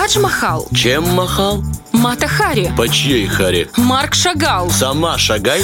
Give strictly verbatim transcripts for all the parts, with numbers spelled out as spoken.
Тадж-Махал. Чем махал? Мата Хари. По чьей Хари? Марк Шагал. Сама шагай.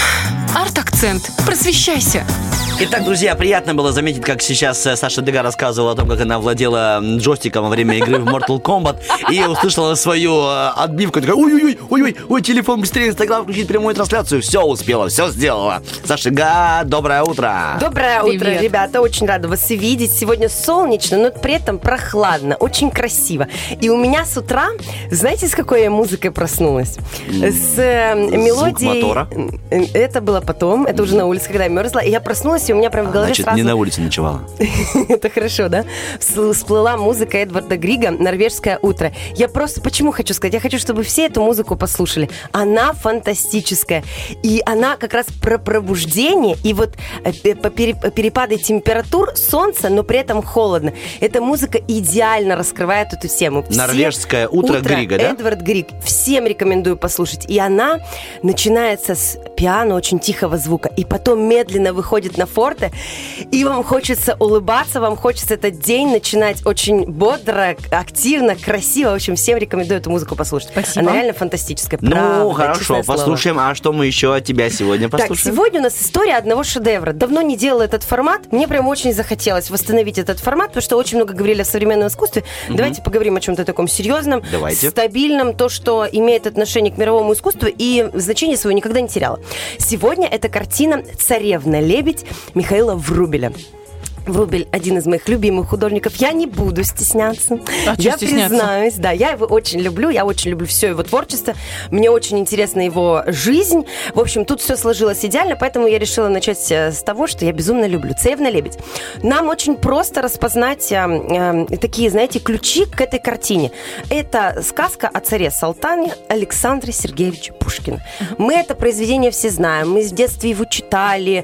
Арт-акцент. Просвещайся. Итак, друзья, приятно было заметить, как сейчас Саша Дега рассказывала о том, как она владела джойстиком во время игры в Mortal Kombat и услышала свою отбивку. Такая, ой-ой-ой, ой-ой, ой, телефон быстрее, Инстаграм включить прямую трансляцию. Все успела, все сделала. Саша Дега, доброе утро. Доброе Привет. утро, ребята. Очень рада вас видеть. Сегодня солнечно, но при этом прохладно, очень красиво. И у меня с утра, знаете, с какой я музыкой проснулась? С э, мелодией... Звук мотора? Это было потом, это уже на улице, когда я мерзла. И я проснулась, и у меня прям в голове Значит, сразу... не на улице ночевала. Это хорошо, да? Всплыла музыка Эдварда Грига «Норвежское утро». Я просто почему хочу сказать? Я хочу, чтобы все эту музыку послушали. Она фантастическая. И она как раз про пробуждение и вот по перепады температур солнца, но при этом холодно. Эта музыка идеально раскрывает эту тему. Все... «Норвежское утро» Грига, да? Эдвард Григ. Всем рекомендую послушать. И она начинается с пиано, очень тихого звука, и потом медленно выходит на форте, и вам хочется улыбаться, вам хочется этот день начинать очень бодро, активно, красиво. В общем, всем рекомендую эту музыку послушать. Спасибо. Она реально фантастическая. Ну, правда, хорошо, послушаем. А что мы еще от тебя сегодня послушаем? Так, сегодня у нас история одного шедевра. Давно не делала этот формат. Мне прям очень захотелось восстановить этот формат, потому что очень много говорили о современном искусстве. Mm-hmm. Давайте поговорим о чем-то таком серьезном, Давайте. стабильном, то, что имеет отношение к мировому искусству и значение свое никогда не теряло. Сегодня это картина «Царевна-лебедь» Михаила Врубеля. Врубель – один из моих любимых художников. Я не буду стесняться. А что я стесняться? признаюсь, да, я его очень люблю. Я очень люблю все его творчество. Мне очень интересна его жизнь. В общем, тут все сложилось идеально, поэтому я решила начать с того, что я безумно люблю. «Царевна-лебедь». Нам очень просто распознать э, э, такие, знаете, ключи к этой картине. Это сказка о царе Салтане Александре Сергеевиче Пушкине. Мы это произведение все знаем. Мы в детстве его читали,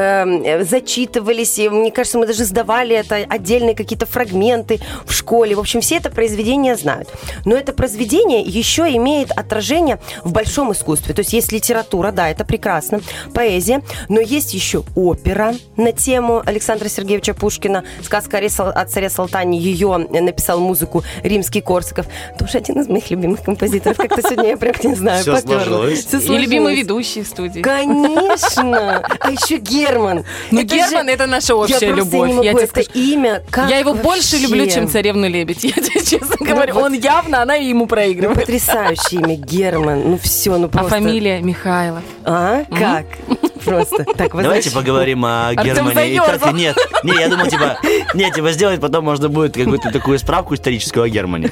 э, зачитывались. И, мне кажется, мы даже сдавали это, отдельные какие-то фрагменты в школе. В общем, все это произведение знают. Но это произведение еще имеет отражение в большом искусстве. То есть есть литература, да, это прекрасно, поэзия, но есть еще опера на тему Александра Сергеевича Пушкина, сказка о царе Салтане, ее написал музыку Римский-Корсаков. Тоже один из моих любимых композиторов. Как-то сегодня я прям не знаю, Все поперла. сложилось. Все И любимый ведущий в студии. Конечно! А еще Герман. Ну, Это Герман же- это наша общая я просто любовь. не могу, Я тебе это скажу. имя. Как Я его вообще? больше люблю, чем «Царевну-лебедь». Я тебе честно говорю. вот. Он явно, она и ему Ну, проигрывает. потрясающее имя Герман. Ну все, ну А просто. фамилия Михайлов. А? Как? Просто. Так, вы Давайте знаете- поговорим о Артем Германии. И заёрзал. как- Нет, не, я думал, типа, нет, типа сделать, потом можно будет какую-то такую справку историческую о Германии.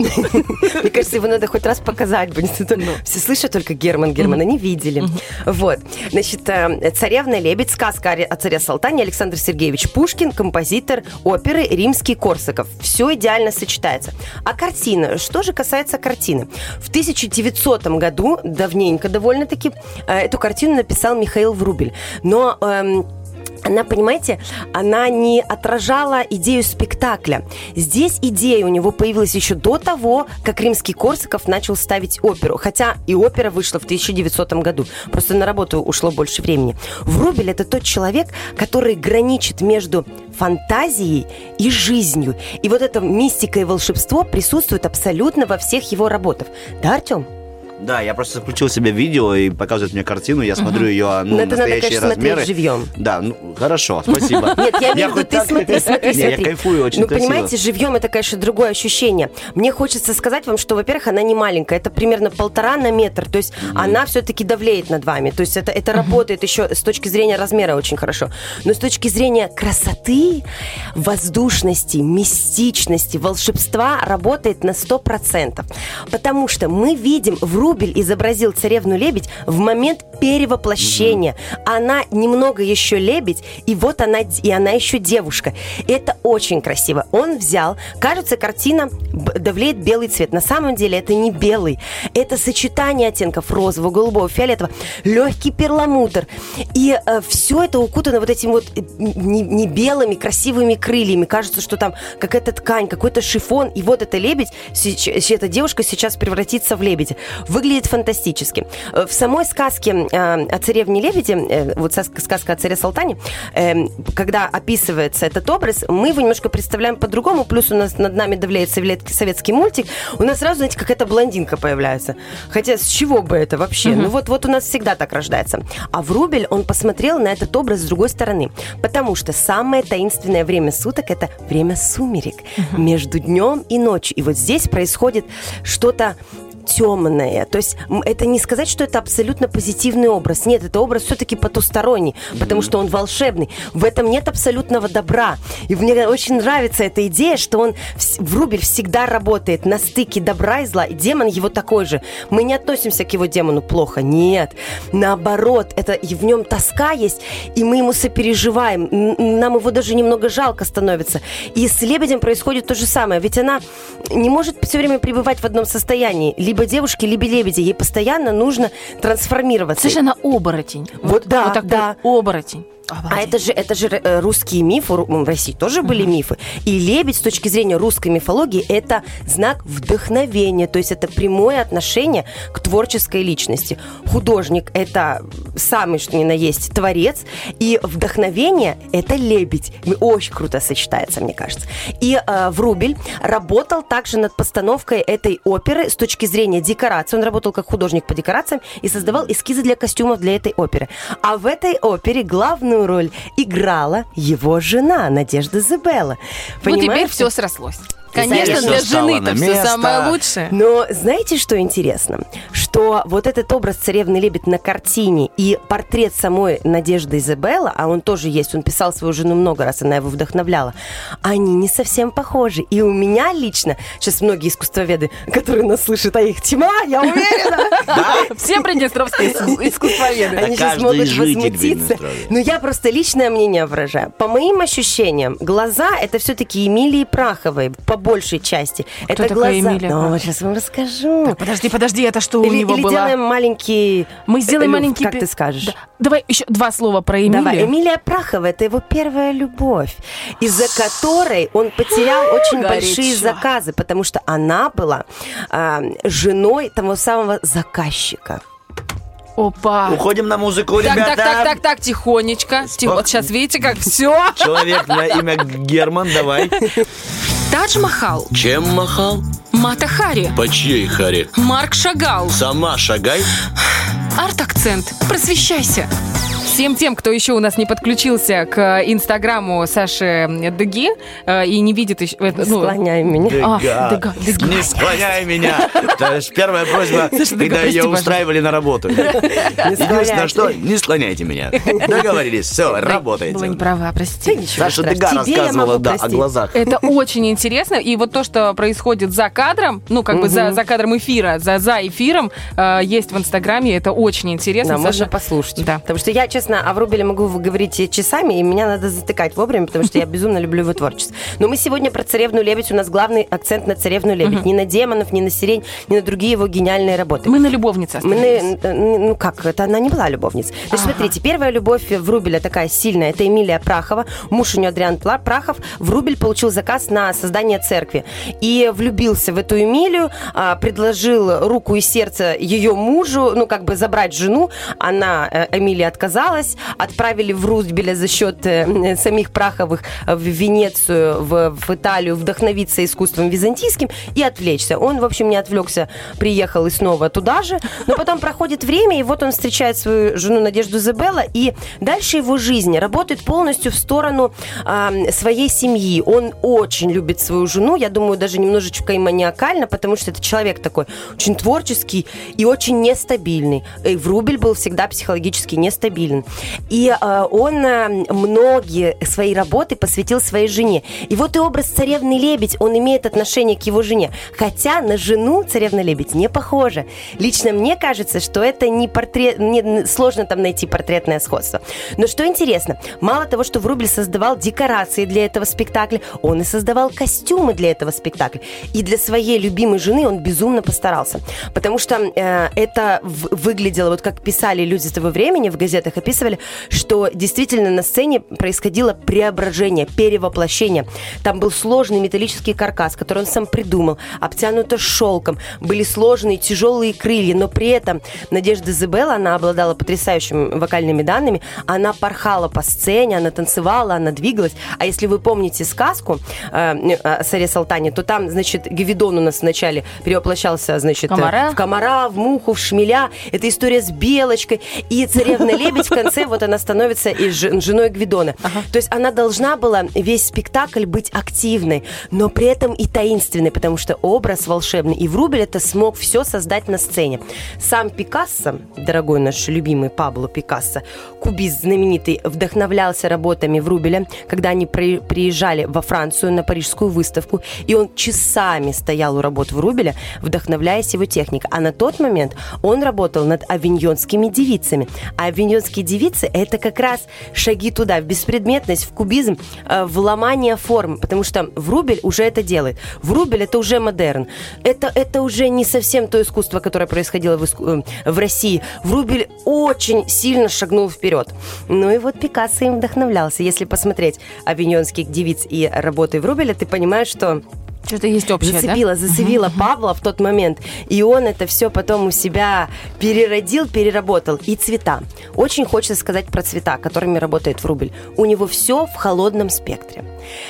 Мне кажется, его надо хоть раз показать. Будет. Все слышат только Герман, Герман, они видели. Вот. Значит, э, «Царевна-лебедь», сказка о царе Салтане, Александр Сергеевич Пушкин, композитор оперы Римский-Корсаков. Все идеально сочетается. А картина? Что же касается картины? В тысяча девятисотом году, давненько довольно-таки, э, эту картину написал Михаил Врубель. Но... эм, она, понимаете, она не отражала идею спектакля. Здесь идея у него появилась еще до того, как Римский-Корсаков начал ставить оперу. Хотя и опера вышла в тысяча девятисотом году. Просто на работу ушло больше времени. Врубель – это тот человек, который граничит между фантазией и жизнью. И вот эта мистика и волшебство присутствуют абсолютно во всех его работах. Да, Артем? Да, я просто включил себе видео и показывает мне картину, я смотрю ее, ну, Но это надо, настоящие конечно, размеры. смотреть живьем. Да, ну, хорошо, спасибо. Нет, я имею в виду, хоть ты так- смотри, смотри, Не, смотри. я кайфую, очень Ну, красиво. понимаете, живьем это, конечно, другое ощущение. Мне хочется сказать вам, что, во-первых, она не маленькая, это примерно полтора на метр, то есть она все-таки давлеет над вами, то есть это, это работает еще с точки зрения размера очень хорошо. Но с точки зрения красоты, воздушности, мистичности, волшебства работает на сто процентов. Потому что мы видим, Врубель изобразил царевну-лебедь в момент перевоплощения. Она немного еще лебедь, и вот она, и она еще девушка. Это очень красиво. Он взял, кажется, картина б- давлеет белый цвет. На самом деле это не белый. Это сочетание оттенков розового, голубого, фиолетового, легкий перламутр. И э, все это укутано вот этими вот э, не, не белыми красивыми крыльями. Кажется, что там какая-то ткань, какой-то шифон. И вот эта лебедь, сеч- эта девушка сейчас превратится в лебедя. Вы выглядит фантастически. В самой сказке э, о царевне-лебеде, э, вот сказка о царе Салтане, э, когда описывается этот образ, мы его немножко представляем по-другому, плюс у нас над нами давляет советский мультик, у нас сразу, знаете, какая-то блондинка появляется. Хотя с чего бы это вообще? Mm-hmm. Ну вот, вот у нас всегда так рождается. А Врубель, он посмотрел на этот образ с другой стороны, потому что самое таинственное время суток – это время сумерек, mm-hmm. между днем и ночью. И вот здесь происходит что-то темное. То есть это не сказать, что это абсолютно позитивный образ. Нет, это образ все-таки потусторонний, потому mm-hmm. что он волшебный. В этом нет абсолютного добра. И мне очень нравится эта идея, что он, Врубель всегда работает на стыке добра и зла, и демон его такой же. Мы не относимся к его демону плохо. Нет. Наоборот, это в нем тоска есть, и мы ему сопереживаем. Нам его даже немного жалко становится. И с лебедем происходит то же самое. Ведь она не может все время пребывать в одном состоянии. Либо девушки, либо лебеди. Ей постоянно нужно трансформироваться. Слушай, она оборотень. Вот, вот да, вот такой да. оборотень. А это же, это же русские мифы, в России тоже были uh-huh. мифы. И лебедь, с точки зрения русской мифологии, это знак вдохновения, то есть это прямое отношение к творческой личности. Художник – это самый, что ни на есть, творец, и вдохновение – это лебедь. Очень круто сочетается, мне кажется. И э, Врубель работал также над постановкой этой оперы с точки зрения декорации. Он работал как художник по декорациям и создавал эскизы для костюмов для этой оперы. А в этой опере главную роль играла его жена Надежда Изабелла. Ну, теперь все срослось. Конечно, для жены-то все самое лучшее. Но знаете, что интересно? Что вот этот образ царевны-лебедь на картине и портрет самой Надежды Изабелла, а он тоже есть, он писал свою жену много раз, она его вдохновляла, они не совсем похожи. И у меня лично, сейчас многие искусствоведы, которые нас слышат, а их тьма, я уверена. Все приднестровские искусствоведы. Они сейчас могут возмутиться. Но я просто личное мнение выражаю. По моим ощущениям, глаза — это все-таки Эмилии Праховой, по большей части. Кто это такая глаза. Эмилия? Ну, сейчас вам расскажу. Так, подожди, подожди, это что или, у него или было? Или делаем маленький... Мы сделаем Люф, маленький... Как ты скажешь? Да. Давай еще два слова про Эмилию. Давай. Эмилия Прахова – это его первая любовь, из-за которой он потерял очень Горячо. большие заказы, потому что она была э, женой того самого заказчика. Опа. Уходим на музыку, так, ребята. Так, так, так, так, тихонечко. Тихо. Вот сейчас видите, как все. Человек на имя Герман, давай. Тадж Махал. Чем махал? Мата Хари. По чьей Хари? Марк Шагал. Сама шагай. Арт-акцент. Просвещайся. Всем тем, кто еще у нас не подключился к инстаграму Саши Деги э, и не видит еще... Не ну, склоняй меня. Дега. А, Дега, Дега. Не склоняй меня. Это же первая просьба, Саша, когда Дега, ее устраивали на работу. Единственное, что не склоняйте меня. Договорились, все, работаете. Была не права, прости. Саша Дега рассказывала да, о глазах. Это очень интересно. И вот то, что происходит за кадром, ну, как бы за, за кадром эфира, за, за эфиром, э, есть в инстаграме. Это очень интересно. Да, Саша... можно послушать. Да. Потому что я, честно, о Врубеле могу говорить часами, и меня надо затыкать вовремя, потому что я безумно люблю его творчество. Но мы сегодня про царевну-лебедь. У нас главный акцент на царевну-лебедь. Uh-huh. Не на демонов, не на сирень, не на другие его гениальные работы. Мы на любовнице остановились. Мы на, ну как, это она не была любовницей. Значит, ага. смотрите, первая любовь Врубеля такая сильная, это Эмилия Прахова. Муж у нее Адриан Прахов. Врубель получил заказ на создание церкви. И влюбился в эту Эмилию, предложил руку и сердце ее мужу, ну как бы забрать жену. Она, Эмилия, отказалась. Отправили в Врубеля за счет э, самих Праховых в Венецию, в, в Италию, вдохновиться искусством византийским и отвлечься. Он, в общем, не отвлекся, приехал и снова туда же, но потом проходит время, и вот он встречает свою жену Надежду Изабелла, и дальше его жизнь работает полностью в сторону э, своей семьи. Он очень любит свою жену, я думаю, даже немножечко и маниакально, потому что это человек такой очень творческий и очень нестабильный. И Врубель был всегда психологически нестабилен. И э, он э, многие свои работы посвятил своей жене. И вот и образ царевны-лебедь, он имеет отношение к его жене. Хотя на жену царевна-лебедь не похожа. Лично мне кажется, что это не портрет... Не, сложно там найти портретное сходство. Но что интересно, мало того, что Врубель создавал декорации для этого спектакля, он и создавал костюмы для этого спектакля. И для своей любимой жены он безумно постарался. Потому что э, это в- выглядело, вот как писали люди с того времени, в газетах описывали, описывали, что действительно на сцене происходило преображение, перевоплощение. Там был сложный металлический каркас, который он сам придумал, обтянуто шелком, были сложные тяжелые крылья, но при этом Надежда Изабелла, она обладала потрясающими вокальными данными, она порхала по сцене, она танцевала, она двигалась. А если вы помните сказку э, о царе Салтане, то там, значит, Гвидон у нас вначале перевоплощался, значит, комара. в комара, в муху, в шмеля. Это история с Белочкой. И царевна-лебедь в конце, вот она становится и женой Гвидона. Ага. То есть она должна была весь спектакль быть активной, но при этом и таинственной, потому что образ волшебный. И Врубель это смог все создать на сцене. Сам Пикассо, дорогой наш любимый Пабло Пикассо, кубист знаменитый, вдохновлялся работами Врубеля, когда они при, приезжали во Францию на парижскую выставку, и он часами стоял у работ Врубеля, вдохновляясь его техникой. А на тот момент он работал над авиньонскими девицами. А авиньонские девицы – это как раз шаги туда, в беспредметность, в кубизм, в ломание форм, потому что Врубель уже это делает. Врубель – это уже модерн. Это, это уже не совсем то искусство, которое происходило в, иску... в России. Врубель очень сильно шагнул вперед. Ну и вот Пикассо им вдохновлялся. Если посмотреть авиньонских девиц и работы Врубеля, ты понимаешь, что что-то есть общее, зацепила, да? зацепила uh-huh. Павла в тот момент, и он это все потом у себя переродил, переработал. И цвета. Очень хочется сказать про цвета, которыми работает Врубель. У него все в холодном спектре.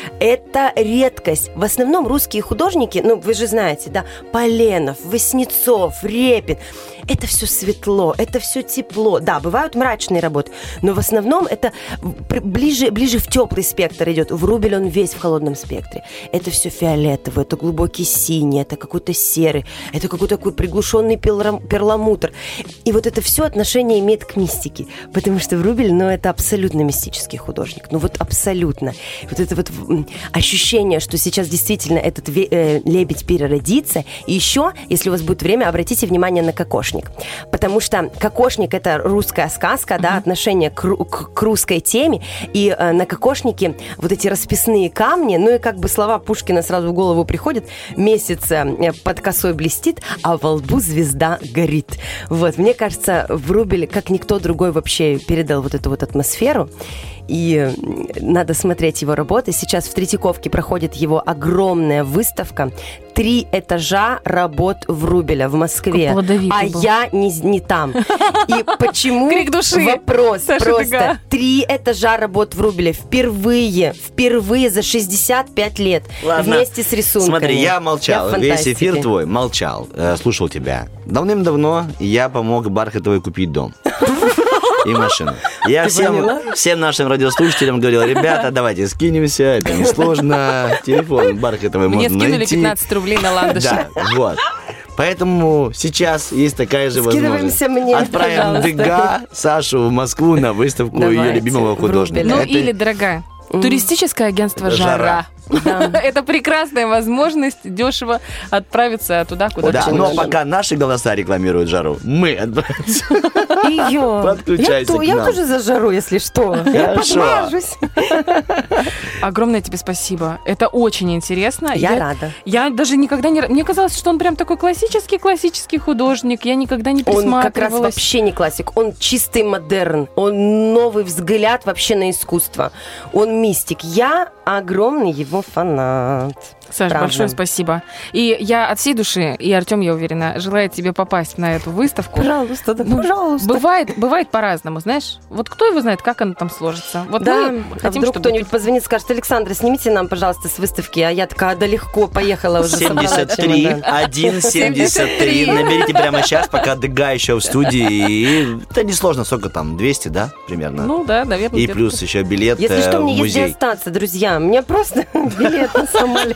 Это редкость. В основном русские художники, ну, вы же знаете, да, Поленов, Васнецов, Репин. Это все светло, это все тепло. Да, бывают мрачные работы, но в основном это ближе, ближе в теплый спектр идет. Врубель, он весь в холодном спектре. Это все фиолетовый, это глубокий синий, это какой-то серый, это какой-то такой приглушенный перламутр. И вот это все отношение имеет к мистике, потому что Врубель, ну, это абсолютно мистический художник. Ну, вот абсолютно. Вот это вот ощущение, что сейчас действительно этот э, лебедь переродится. И еще, если у вас будет время, обратите внимание на кокошник. Потому что кокошник – это русская сказка, uh-huh. да, отношение к, к, к русской теме. И э, на кокошнике вот эти расписные камни, ну и как бы слова Пушкина сразу в голову приходят. Месяц э, под косой блестит, а во лбу звезда горит. Вот, мне кажется, Врубель, как никто другой, вообще передал вот эту вот атмосферу. И надо смотреть его работы. Сейчас в Третьяковке проходит его огромная выставка. Три этажа работ Врубеля в Москве. А был. Я не, не там. И почему? Крик души. Вопрос Саша просто. Дега. Три этажа работ Врубеля. Впервые, впервые за шестьдесят пять лет. Ладно. Вместе с рисунками. Смотри, я молчал. Я Весь эфир твой молчал. Слушал тебя. Давным-давно я помог Бархатовой купить дом. И машину. Я всем, всем нашим радиослушателям говорил: ребята, давайте скинемся, это несложно. Телефон Бархатовой можно найти. Мне скинули пятнадцать рублей на ландыш. Да, вот. Поэтому сейчас есть такая же возможность. Мне, отправим Дега, Сашу в Москву на выставку давайте, ее любимого художника. Ну это... или, дорогая, туристическое агентство «Жара». Жара. Да. Это прекрасная возможность дешево отправиться туда, куда да, хочешь. но пока наши голоса рекламируют «Жару», мы отправимся. Ее. Подключайся я, к я нам. тоже за «Жару», если что. Я подмажусь. Огромное тебе спасибо. Это очень интересно. Я, я рада. Я даже никогда не... Мне казалось, что он прям такой классический-классический художник. Я никогда не присматривалась. Он как раз вообще не классик. Он чистый модерн. Он новый взгляд вообще на искусство. Он мистик. Я огромный его фанат. Саш, правда. Большое спасибо. И я от всей души, и Артем, я уверена, желает тебе попасть на эту выставку. Пожалуйста, да, ну, пожалуйста. Бывает, бывает по-разному, знаешь. Вот кто его знает, как оно там сложится. Вот да, мы а хотим, вдруг чтобы... кто-нибудь позвонит, скажет: Александра, снимите нам, пожалуйста, с выставки. А я такая: да легко, поехала уже. семьдесят три, один семьдесят три. Наберите прямо сейчас, пока Дега еще в студии. И это несложно, сколько там, двести, да, примерно? Ну да, наверное. И плюс еще билет в музей. Если что, мне есть где музей. остаться, друзья. Мне просто билет на самолет.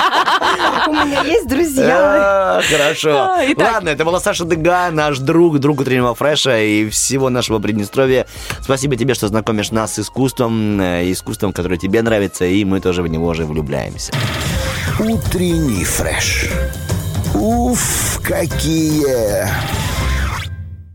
У меня есть друзья. Хорошо. Ладно, это была Саша Дега, наш друг, друг утреннего фреша и всего нашего Приднестровья. Спасибо тебе, что знакомишь нас с искусством, искусством, которое тебе нравится, и мы тоже в него уже влюбляемся. Утренний фреш. Уф, какие